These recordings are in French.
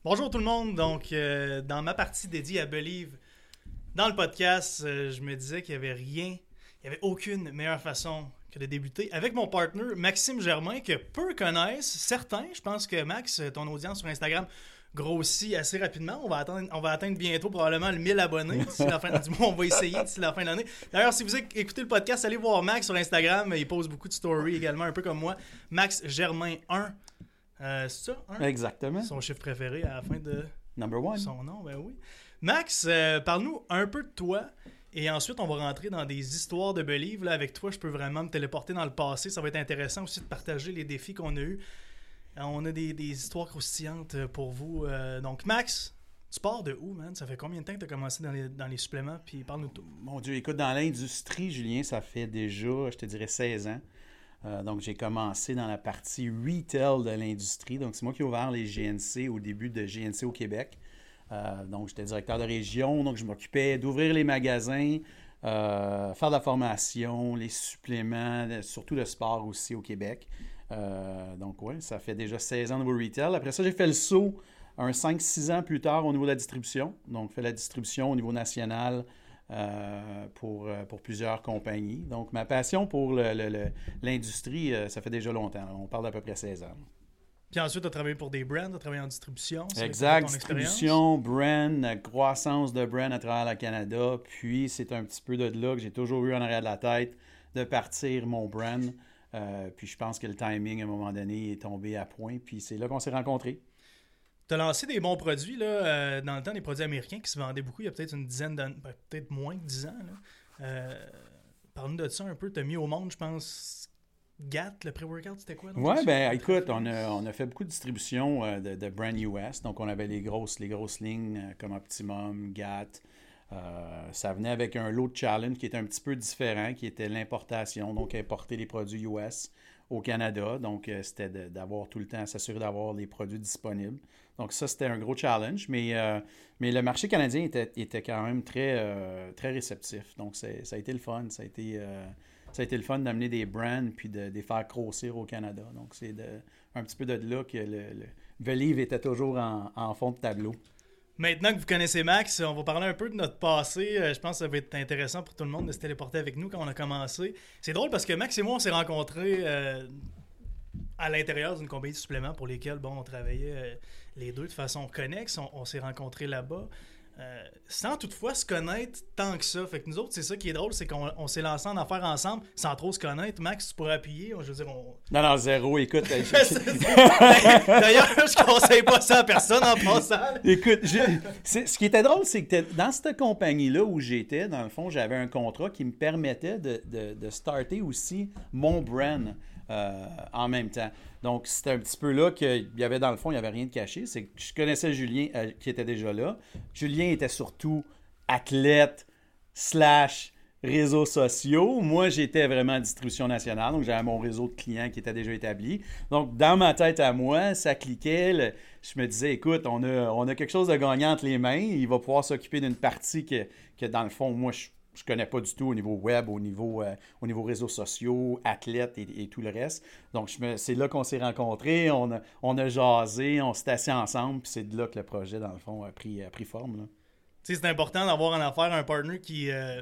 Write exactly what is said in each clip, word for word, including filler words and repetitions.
Bonjour tout le monde. Donc, euh, dans ma partie dédiée à Believe, dans le podcast, euh, je me disais qu'il n'y avait rien, il n'y avait aucune meilleure façon que de débuter avec mon partenaire Maxime Germain, que peu connaissent, certains. Je pense que Max, ton audience sur Instagram grossit assez rapidement. On va atteindre, on va atteindre bientôt probablement le mille abonnés d'ici la fin du mois. On va essayer d'ici la fin de l'année. D'ailleurs, si vous écoutez le podcast, allez voir Max sur Instagram. Il pose beaucoup de stories également, un peu comme moi. Max Germain un. Euh, c'est ça, hein? Exactement. Son chiffre préféré à la fin de Number one. son nom, ben oui. Max, euh, parle-nous un peu de toi. Et ensuite, on va rentrer dans des histoires de Believe. Là, avec toi, je peux vraiment me téléporter dans le passé. Ça va être intéressant aussi de partager les défis qu'on a eus. Euh, on a des, des histoires croustillantes pour vous. Euh, donc, Max, tu pars de où, man? Ça fait combien de temps que tu as commencé dans les, dans les suppléments? Puis parle-nous de tout. Mon Dieu, écoute, dans l'industrie, Julien, ça fait déjà, je te dirais, seize ans. Euh, donc, j'ai commencé dans la partie retail de l'industrie. Donc, c'est moi qui ai ouvert les G N C au début de G N C au Québec. Euh, donc, j'étais directeur de région. Donc, je m'occupais d'ouvrir les magasins, euh, faire de la formation, les suppléments, surtout le sport aussi au Québec. Euh, donc, oui, ça fait déjà seize ans au niveau retail. Après ça, j'ai fait le saut un cinq six ans plus tard au niveau de la distribution. Donc, fait la distribution au niveau national. Euh, pour, pour plusieurs compagnies. Donc, ma passion pour le, le, le, l'industrie, euh, ça fait déjà longtemps. On parle d'à peu près seize ans. Puis ensuite, tu as travaillé pour des brands, tu as travaillé en distribution. Exact, distribution, brand, croissance de brand à travers le Canada. Puis, c'est un petit peu de là que j'ai toujours eu en arrière de la tête de partir mon brand. Euh, puis, je pense que le timing, à un moment donné, est tombé à point. Puis, c'est là qu'on s'est rencontrés. Tu as lancé des bons produits là, euh, dans le temps, des produits américains qui se vendaient beaucoup il y a peut-être une dizaine d'années, ben, peut-être moins de dix ans. Là. Euh, Parle-nous de ça un peu. Tu as mis au monde, je pense, G A T, le pré-workout, c'était quoi? Oui, ben écoute, on a, on a fait beaucoup de distribution euh, de, de brand U S. Donc, on avait les grosses, les grosses lignes euh, comme Optimum, G A T. Euh, ça venait avec un lot de challenge qui était un petit peu différent, qui était l'importation, donc importer les produits U S au Canada. Donc, euh, c'était de, d'avoir tout le temps, s'assurer d'avoir les produits disponibles. Donc, ça, c'était un gros challenge. Mais, euh, mais le marché canadien était, était quand même très, euh, très réceptif. Donc, c'est, ça a été le fun. Ça a été, euh, ça a été le fun d'amener des brands puis de, de les faire grossir au Canada. Donc, c'est de, un petit peu de là que le, le Believe était toujours en, en fond de tableau. Maintenant que vous connaissez Max, on va parler un peu de notre passé. Je pense que ça va être intéressant pour tout le monde de se téléporter avec nous quand on a commencé. C'est drôle parce que Max et moi, on s'est rencontrés euh, à l'intérieur d'une compagnie de suppléments pour lesquels bon, on travaillait euh, les deux de façon connexe. On, on s'est rencontrés là-bas. Euh, sans toutefois se connaître tant que ça. Fait que nous autres, c'est ça qui est drôle, c'est qu'on on s'est lancé en affaires ensemble sans trop se connaître. Max, tu pourrais appuyer. Je veux dire, on... Non, non, zéro. Écoute. D'ailleurs, je conseille pas ça à personne en passant. Écoute, je, c'est, ce qui était drôle, c'est que dans cette compagnie-là où j'étais, dans le fond, j'avais un contrat qui me permettait de, de, de starter aussi mon brand euh, en même temps. Donc, c'était un petit peu là qu'il y avait, dans le fond, il n'y avait rien de caché. C'est que je connaissais Julien euh, qui était déjà là. Julien était surtout athlète slash réseaux sociaux. Moi, j'étais vraiment en distribution nationale, donc j'avais mon réseau de clients qui était déjà établi. Donc, dans ma tête à moi, ça cliquait. Le, je me disais, écoute, on a, on a quelque chose de gagnant entre les mains. Il va pouvoir s'occuper d'une partie que, que dans le fond, moi, je je connais pas du tout au niveau web, au niveau, euh, au niveau réseaux sociaux, athlètes et, et tout le reste. Donc, je me, c'est là qu'on s'est rencontrés, on a, on a jasé, on s'est assis ensemble, puis c'est de là que le projet, dans le fond, a pris, a pris forme. Là. Tu sais, c'est important d'avoir en affaire un partner qui euh,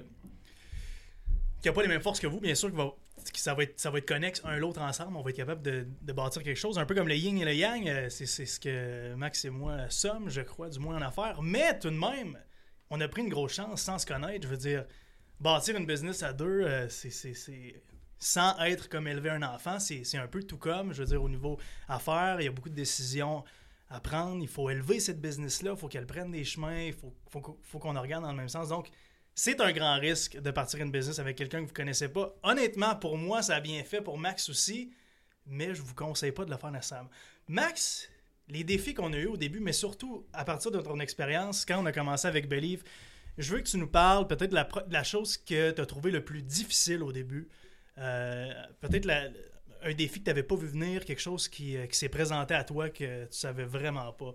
qui n'a pas les mêmes forces que vous, bien sûr, que, va, que ça, va être, ça va être connexe un l'autre ensemble, on va être capable de, de bâtir quelque chose, un peu comme le yin et le yang, euh, c'est, c'est ce que Max et moi sommes, je crois, du moins en affaires, mais tout de même, on a pris une grosse chance sans se connaître, je veux dire, bâtir une business à deux, euh, c'est, c'est, c'est sans être comme élever un enfant, c'est, c'est un peu tout comme, je veux dire, au niveau affaires, il y a beaucoup de décisions à prendre, il faut élever cette business-là, il faut qu'elle prenne des chemins, il faut, faut, faut qu'on en regarde dans le même sens, donc c'est un grand risque de partir une business avec quelqu'un que vous ne connaissez pas. Honnêtement, pour moi, ça a bien fait, pour Max aussi, mais je ne vous conseille pas de le faire nécessairement. Max, les défis qu'on a eus au début, mais surtout à partir de ton expérience, quand on a commencé avec Believe, je veux que tu nous parles peut-être de la, de la chose que tu as trouvé le plus difficile au début. Euh, peut-être la, un défi que tu n'avais pas vu venir, quelque chose qui, qui s'est présenté à toi que tu ne savais vraiment pas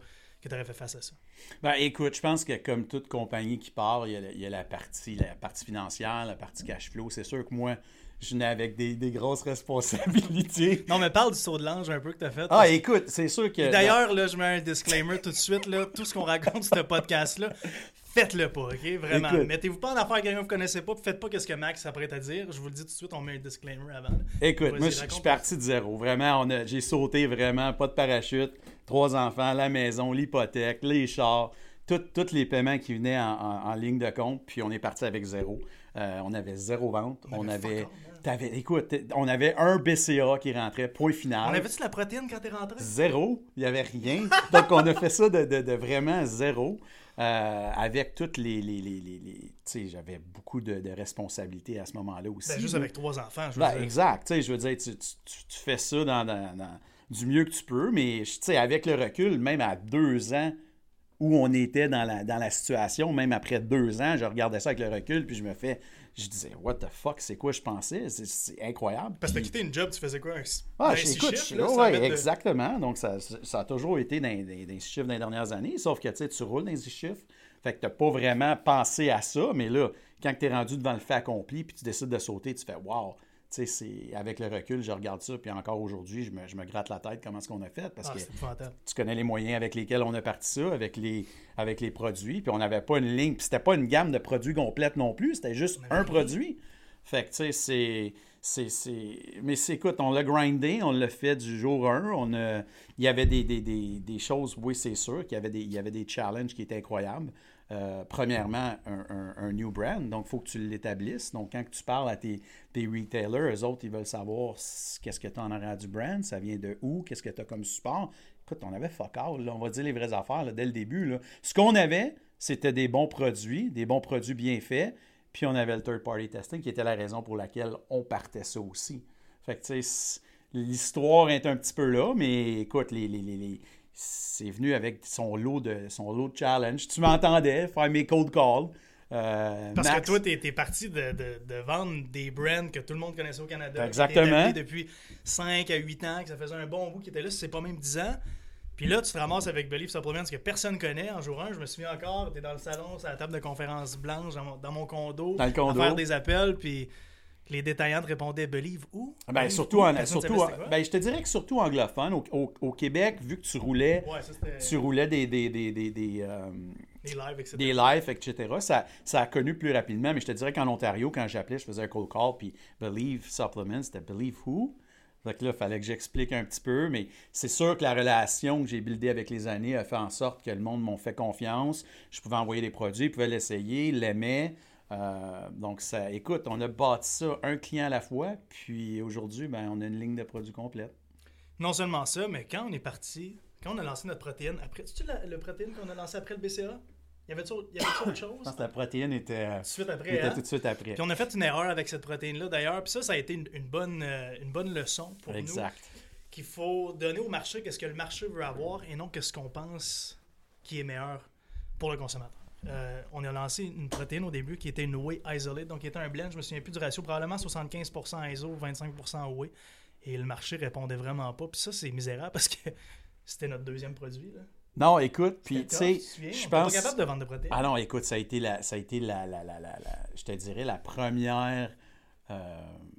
que tu aurais fait face à ça? Ben, écoute, je pense que comme toute compagnie qui part, il y a, il y a la, partie, la partie financière, la partie cash flow. C'est sûr que moi, je venais avec des, des grosses responsabilités. Non, mais parle du saut de l'ange un peu que tu as fait. Ah, écoute, c'est sûr que... D'ailleurs, là, je mets un disclaimer tout de suite. Là, tout ce qu'on raconte sur ce podcast-là, faites-le pas, OK? Vraiment. Écoute. Mettez-vous pas en affaire avec quelqu'un que vous connaissez pas, puis faites pas ce que Max s'apprête à dire. Je vous le dis tout de suite, on met un disclaimer avant. Là. Écoute, Vas-y, moi, je je raconte. suis parti de zéro. Vraiment, on a, j'ai sauté vraiment, pas de parachute, trois enfants, la maison, l'hypothèque, les chars, tout- tous les paiements qui venaient en, en- en ligne de compte, puis on est parti avec zéro. Euh, on avait zéro vente. On, On avait avait, fuck all, man. t'avais- écoute, on avait un B C A qui rentrait, point final. On avait-tu la protéine quand t'es rentré? Zéro, il n'y avait rien. Donc, on a fait ça de, de- de vraiment zéro. Euh, avec toutes les... les, les, les- les- tu sais, j'avais beaucoup de, de responsabilités à ce moment-là aussi. Ben, juste là. avec trois enfants, je veux Ben, dire. exact. Tu sais, je veux dire, tu, tu- tu- tu fais ça dans, dans- dans- du mieux que tu peux, mais tu sais, avec le recul, même à deux ans où on était dans la, dans la situation, même après deux ans, je regardais ça avec le recul, puis je me fais... Je disais, what the fuck, c'est quoi je pensais? C'est, c'est incroyable. Parce que t'as Puis- quitté une job, tu faisais quoi? Un, ah, un je- six écoute, chiffres, je- là, ouais, sans mettre de- exactement. Donc, ça, ça a toujours été dans, dans, dans les chiffres dans les dernières années, sauf que tu sais, tu roules dans les chiffres. Fait que tu n'as pas vraiment pensé à ça, mais là, quand tu es rendu devant le fait accompli, puis tu décides de sauter, tu fais wow. Tu sais, c'est, avec le recul, je regarde ça, puis encore aujourd'hui, je me, je me gratte la tête comment est-ce qu'on a fait, parce Ah, que c'est épouvantable. tu connais les moyens avec lesquels on a parti ça, avec les, avec les produits, puis on n'avait pas une ligne, puis c'était pas une gamme de produits complète non plus, c'était juste On avait un rien. produit. Fait que, tu sais, c'est, c'est, c'est... Mais c'est, écoute, on l'a grindé, on l'a fait du jour un. On a... Il y avait des, des, des, des choses, oui, c'est sûr, qu'il y avait des, il y avait des challenges qui étaient incroyables. Euh, premièrement, un, un, un new brand, donc il faut que tu l'établisses. Donc, quand tu parles à tes, tes retailers, eux autres, ils veulent savoir qu'est-ce que tu as en arrière du brand, ça vient de où, qu'est-ce que tu as comme support. Écoute, on avait fuck all, là, on va dire les vraies affaires là, dès le début. Là. Ce qu'on avait, c'était des bons produits, des bons produits bien faits. Puis on avait le third-party testing qui était la raison pour laquelle on partait ça aussi. Fait que, tu sais, l'histoire est un petit peu là, mais écoute, les, les, les, les, c'est venu avec son lot de, son lot de challenge. Tu m'entendais faire mes cold calls. Euh, Parce Max, que toi, t'es, t'es parti de, de, de vendre des brands que tout le monde connaissait au Canada. Exactement. Qui étaient établis depuis cinq à huit ans, que ça faisait un bon bout qui était là, si c'est pas même dix ans. Puis là, tu te ramasses avec Believe Supplements que personne connaît en jour un. Je me souviens encore, t'es dans le salon, c'est à la table de conférence blanche, dans mon, dans mon condo, Dans le condo. à faire des appels, puis les détaillants te répondaient Believe où? Ben, Believe surtout, où? en, Personne surtout savait en- c'était quoi. ben, je te dirais que surtout anglophone. Au, au, au Québec, vu que tu roulais, Ouais, ça c'était tu roulais des, des, des, des, des, euh, les lives, et cetera. des lives, et cetera. Ça, ça a connu plus rapidement, mais je te dirais qu'en Ontario, quand j'appelais, je faisais un cold call, puis Believe Supplements, c'était Believe Who? Fait que là, il fallait que j'explique un petit peu, mais c'est sûr que la relation que j'ai buildée avec les années a fait en sorte que le monde m'ont fait confiance. Je pouvais envoyer des produits, ils pouvaient l'essayer, ils l'aimaient. Euh, donc, ça, écoute, on a bâti ça un client à la fois, puis aujourd'hui, ben, on a une ligne de produits complète. Non seulement ça, mais quand on est parti, quand on a lancé notre protéine, après, tu sais le protéine qu'on a lancé après le B C A? Y avait-tu autre, y avait-tu autre chose? Je pense que la protéine était, Tout de suite après, était hein? tout de suite après. Puis on a fait une erreur avec cette protéine-là d'ailleurs, puis ça, ça a été une, une bonne, euh, une bonne leçon pour Exact. nous, qu'il faut donner au marché qu'est-ce que le marché veut avoir et non qu'est-ce qu'on pense qui est meilleur pour le consommateur. Euh, on a lancé une protéine au début qui était une whey isolate, donc qui était un blend, je me souviens plus du ratio, probablement soixante-quinze pour cent I S O, vingt-cinq pour cent whey, et le marché répondait vraiment pas, puis ça, c'est misérable parce que c'était notre deuxième produit, là. Non, écoute, puis C'était tu sais, tough, tu te souviens? je On était pense... pas capable de vendre de protéines. Ah non, écoute, ça a été la, ça a été la, la, la, la, la- je te dirais, la première, euh,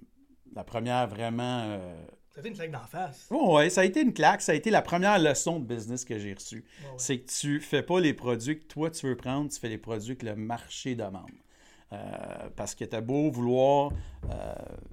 la première vraiment... euh, Ça a été une claque d'en face. Oh, ouais, ça a été une claque, ça a été la première leçon de business que j'ai reçue. Ouais, ouais. C'est que tu fais pas les produits que toi tu veux prendre, tu fais les produits que le marché demande. Euh, parce que tu as beau vouloir euh,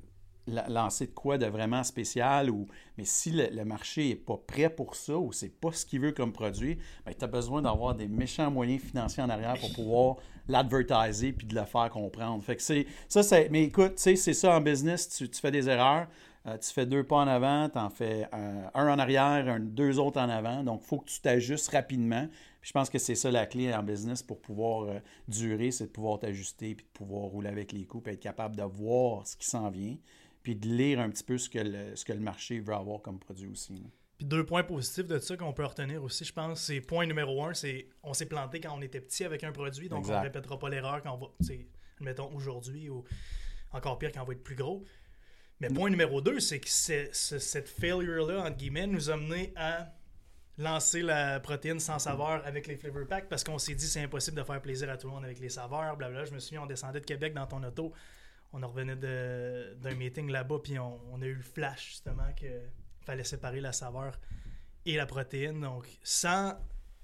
la- lancer de quoi de vraiment spécial, ou, mais si le, le marché n'est pas prêt pour ça, ou c'est pas ce qu'il veut comme produit, ben, tu as besoin d'avoir des méchants moyens financiers en arrière pour pouvoir l'advertiser puis de le faire comprendre. Fait que c'est, ça, c'est, mais écoute, tu sais, c'est ça en business, tu, tu fais des erreurs. Euh, tu fais deux pas en avant, tu en fais un, un en arrière, un, deux autres en avant. Donc, il faut que tu t'ajustes rapidement. Puis je pense que c'est ça la clé en business pour pouvoir euh, durer, c'est de pouvoir t'ajuster puis de pouvoir rouler avec les coups, puis être capable de voir ce qui s'en vient, puis de lire un petit peu ce que le, ce que le marché veut avoir comme produit aussi. Là. Puis deux points positifs de ça qu'on peut retenir aussi, je pense, c'est point numéro un, c'est on s'est planté quand on était petit avec un produit, donc Exact. on ne répétera pas l'erreur quand on va, tu sais, admettons aujourd'hui ou encore pire quand on va être plus gros. Mais point numéro deux, c'est que c'est, c'est- cette failure-là, entre guillemets, nous a mené à lancer la protéine sans saveur avec les flavor packs parce qu'on s'est dit c'est impossible de faire plaisir à tout le monde avec les saveurs, blablabla. Je me souviens, on descendait de Québec dans ton auto, on en revenait de, d'un meeting là-bas, puis on, on a eu le flash justement qu'il fallait séparer la saveur et la protéine. Donc, sans,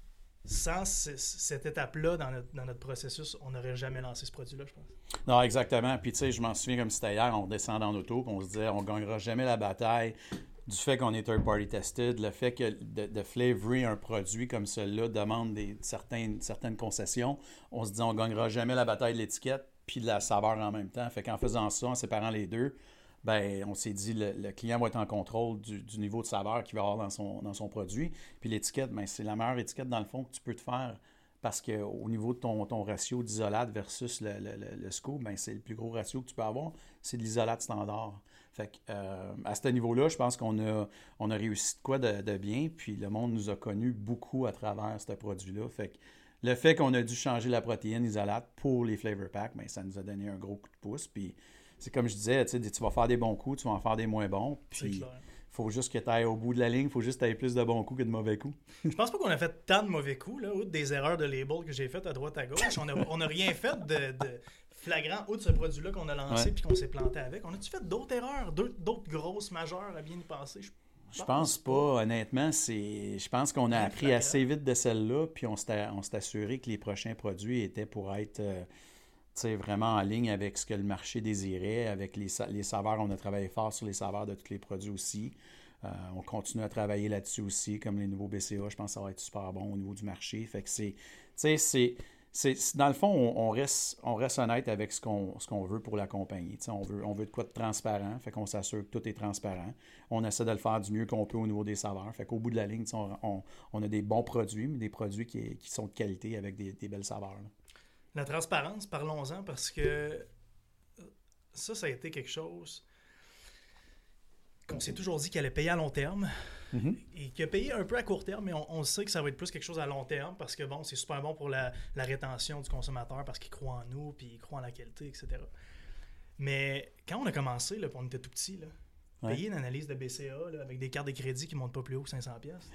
sans c- cette étape-là dans notre, dans notre processus, on n'aurait jamais lancé ce produit-là, je pense. Non, exactement. Puis, tu sais, je m'en souviens comme c'était hier, on descendait en auto, puis on se disait, on ne gagnera jamais la bataille du fait qu'on est third-party tested, le fait que de, de flavorer un produit comme celui-là demande des, certaines, certaines concessions. On se dit, on ne gagnera jamais la bataille de l'étiquette puis de la saveur en même temps. Fait qu'en faisant ça, en séparant les deux, ben, on s'est dit, le, le client va être en contrôle du, du niveau de saveur qu'il va avoir dans son, dans son produit. Puis l'étiquette, ben, c'est la meilleure étiquette, dans le fond, que tu peux te faire. Parce qu'au niveau de ton, ton ratio d'isolate versus le, le, le, le scoop, ben c'est le plus gros ratio que tu peux avoir, c'est de l'isolate standard. Fait que, euh, à ce niveau-là, je pense qu'on a, on a réussi de quoi de, de bien, puis le monde nous a connus beaucoup à travers ce produit-là. Fait que le fait qu'on a dû changer la protéine isolate pour les flavor packs, ben ça nous a donné un gros coup de pouce. Puis c'est comme je disais, tu sais, tu vas faire des bons coups, tu vas en faire des moins bons. Puis il faut juste que tu ailles au bout de la ligne, il faut juste que tu aies plus de bons coups que de mauvais coups. Je pense pas qu'on a fait tant de mauvais coups, là, outre des erreurs de label que j'ai faites à droite à gauche. On n'a on a rien fait de, de flagrant, outre ce produit-là qu'on a lancé Ouais. puis qu'on s'est planté avec. On a-tu fait d'autres erreurs, d'autres, d'autres grosses majeures à bien y passer? Je Je pense, pense pas, honnêtement. C'est, je pense qu'on a Bien appris flagrant. assez vite de celle-là, puis on s'est, on s'est assuré que les prochains produits étaient pour être euh, tu sais, vraiment en ligne avec ce que le marché désirait, avec les, sa- les saveurs. On a travaillé fort sur les saveurs de tous les produits aussi. Euh, on continue à travailler là-dessus aussi, comme les nouveaux B C A. Je pense que ça va être super bon au niveau du marché. Fait que c'est, tu sais, c'est, c'est, c'est- dans le fond, on, on reste, on reste honnête avec ce qu'on, ce qu'on veut pour la compagnie. Tu sais, on veut, on veut de quoi de transparent. Fait qu'on s'assure que tout est transparent. On essaie de le faire du mieux qu'on peut au niveau des saveurs. Fait qu'au bout de la ligne, tu sais, on, on, on a des bons produits, mais des produits qui, qui sont de qualité avec des, des belles saveurs, là. La transparence, parlons-en, parce que ça, ça a été quelque chose qu'on s'est toujours dit qu'elle allait payer à long terme Mhm. et qui a payé un peu à court terme, mais on, on sait que ça va être plus quelque chose à long terme parce que bon, c'est super bon pour la, la rétention du consommateur parce qu'il croit en nous puis il croit en la qualité, et cetera. Mais quand on a commencé, là, puis on était tout petit, là, Ouais. payer une analyse de B C A là, avec des cartes de crédit qui ne montent pas plus haut que cinq cents pièces.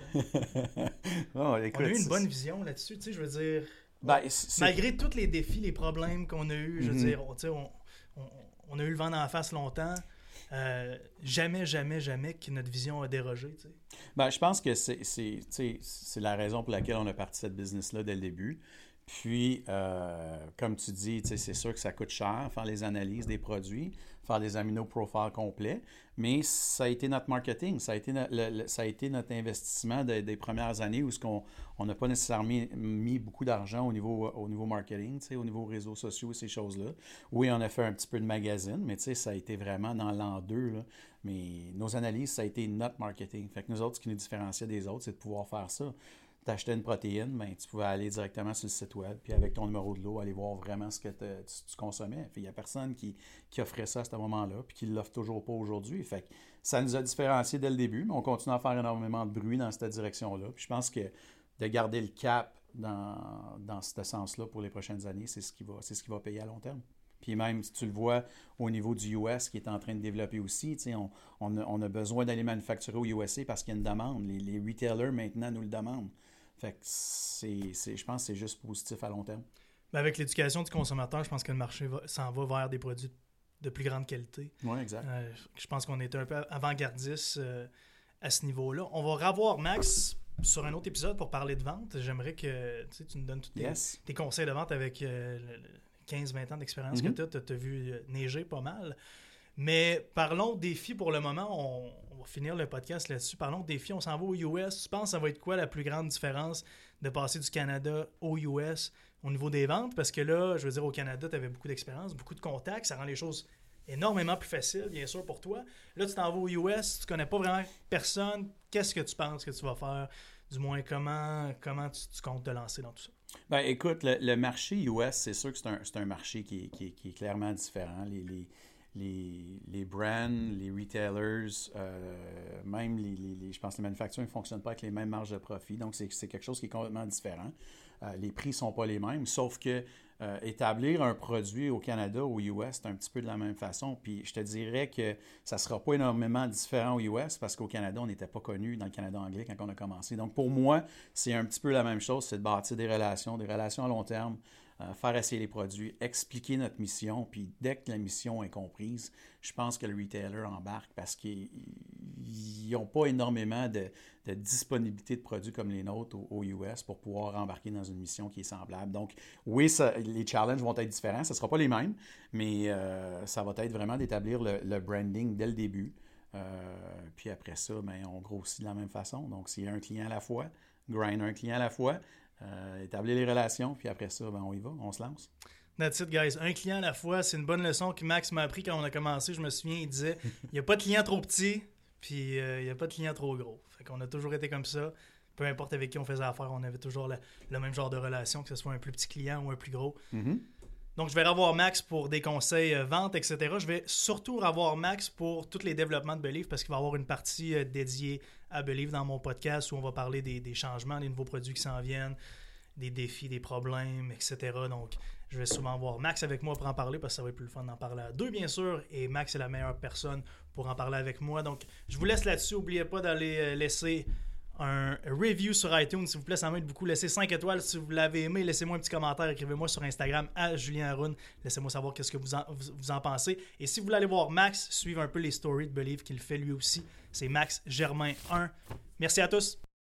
Oh, écoute, On a eu une c'est- bonne vision là-dessus, tu sais, je veux dire. Ben, c'est- Malgré tous les défis, les problèmes qu'on a eus, je veux Mhm. dire, on, tu sais, on, on- on a eu le vent dans la face longtemps. euh, jamais, jamais, jamais que notre vision a dérogé. Tu sais. Ben, je pense que c'est, c'est, tu sais, c'est la raison pour laquelle on a parti cette business-là dès le début. Puis, euh, comme tu dis, tu sais, c'est sûr que ça coûte cher, faire les analyses des produits, faire des amino-profiles complets, mais ça a été notre marketing, ça a été, no- le- le- ça a été notre investissement de- des premières années où ce qu'on on n'a pas nécessairement mis, mis beaucoup d'argent au niveau, au niveau marketing, tu sais, au niveau réseaux sociaux et ces choses-là. Oui, on a fait un petit peu de magazine, mais tu sais, ça a été vraiment dans l'an deux, là. Mais nos analyses, ça a été notre marketing. Fait que nous autres, ce qui nous différenciait des autres, c'est de pouvoir faire ça. T'achetais une protéine, ben, tu pouvais aller directement sur le site web, puis avec ton numéro de lot, aller voir vraiment ce que te- tu, tu consommais. Il n'y a personne qui, qui offrait ça à ce moment-là, puis qui ne l'offre toujours pas aujourd'hui. Fait que ça nous a différenciés dès le début, mais on continue à faire énormément de bruit dans cette direction-là. Puis je pense que de garder le cap dans, dans ce sens-là pour les prochaines années, c'est ce qui va, c'est ce qui va payer à long terme. Puis même, si tu le vois au niveau du U S qui est en train de développer aussi, tu sais, on, on, a, on a besoin d'aller manufacturer au U S A parce qu'il y a une demande. Les, les retailers, maintenant, nous le demandent. Fait que c'est, c'est, je pense que c'est juste positif à long terme. Ben, avec l'éducation du consommateur, je pense que le marché va- s'en va vers des produits de plus grande qualité. Oui, exact. Euh, je pense qu'on est un peu avant-gardiste euh, à ce niveau-là. On va revoir Max sur un autre épisode pour parler de vente. J'aimerais que tu sais, tu nous donnes tous tes, Yes. tes conseils de vente avec euh, le- le quinze vingt ans d'expérience Mhm. que tu as. Tu as vu euh, neiger pas mal. Mais parlons défis pour le moment. On, on va finir le podcast là-dessus. Parlons défis. On s'en va au U S. Tu penses que ça va être quoi la plus grande différence de passer du Canada au U S au niveau des ventes? Parce que là, je veux dire, au Canada, tu avais beaucoup d'expérience, beaucoup de contacts. Ça rend les choses énormément plus faciles, bien sûr, pour toi. Là, tu t'en vas au U S. Tu connais pas vraiment personne. Qu'est-ce que tu penses que tu vas faire? Du moins, comment, comment tu, tu comptes te lancer dans tout ça? Ben, écoute, le, le marché U S, c'est sûr que c'est un, c'est un marché qui est, qui est- qui est clairement différent. Les, les, les, les brands, les retailers, euh, même les, les, les- je pense que les manufacturiers ne fonctionnent pas avec les mêmes marges de profit. Donc, c'est, c'est quelque chose qui est complètement différent. Euh, les prix ne sont pas les mêmes, sauf que euh, établir un produit au Canada ou au U S, c'est un petit peu de la même façon. Puis je te dirais que ça ne sera pas énormément différent au U S parce qu'au Canada, on n'était pas connu dans le Canada anglais quand on a commencé. Donc pour moi, c'est un petit peu la même chose, c'est de bâtir des relations, des relations à long terme, euh, faire essayer les produits, expliquer notre mission. Puis dès que la mission est comprise, je pense que le retailer embarque parce qu'ils n'ont pas énormément de, de disponibilité de produits comme les nôtres au, au U S pour pouvoir embarquer dans une mission qui est semblable. Donc, oui, ça, les challenges vont être différents. Ce ne sera pas les mêmes, mais euh, ça va être vraiment d'établir le, le branding dès le début. Euh, puis après ça, ben, on grossit de la même façon. Donc, s'il y a un client à la fois, grind un client à la fois, euh, établir les relations, puis après ça, ben, on y va, on se lance. That's it, guys. Un client à la fois, c'est une bonne leçon que Max m'a appris quand on a commencé. Je me souviens, il disait il n'y a pas de client trop petit, puis euh, il n'y a pas de client trop gros. Fait qu'on a toujours été comme ça. Peu importe avec qui on faisait affaire, on avait toujours le, le même genre de relation, que ce soit un plus petit client ou un plus gros. Mm-hmm. Donc, je vais revoir Max pour des conseils euh, vente, et cetera. Je vais surtout revoir Max pour tous les développements de Believe parce qu'il va y avoir une partie euh, dédiée à Believe dans mon podcast où on va parler des, des changements, des nouveaux produits qui s'en viennent, des défis, des problèmes, et cetera. Donc, je vais souvent voir Max avec moi pour en parler parce que ça va être plus le fun d'en parler à deux, bien sûr. Et Max est la meilleure personne pour en parler avec moi. Donc, je vous laisse là-dessus. N'oubliez pas d'aller laisser un review sur iTunes, s'il vous plaît. Ça m'aide beaucoup. Laissez cinq étoiles si vous l'avez aimé. Laissez-moi un petit commentaire. Écrivez-moi sur Instagram à Julien Haroun. Laissez-moi savoir qu'est-ce que vous en, vous en pensez. Et si vous voulez aller voir Max, suivez un peu les stories de Believe qu'il fait lui aussi. C'est Max Germain un. Merci à tous.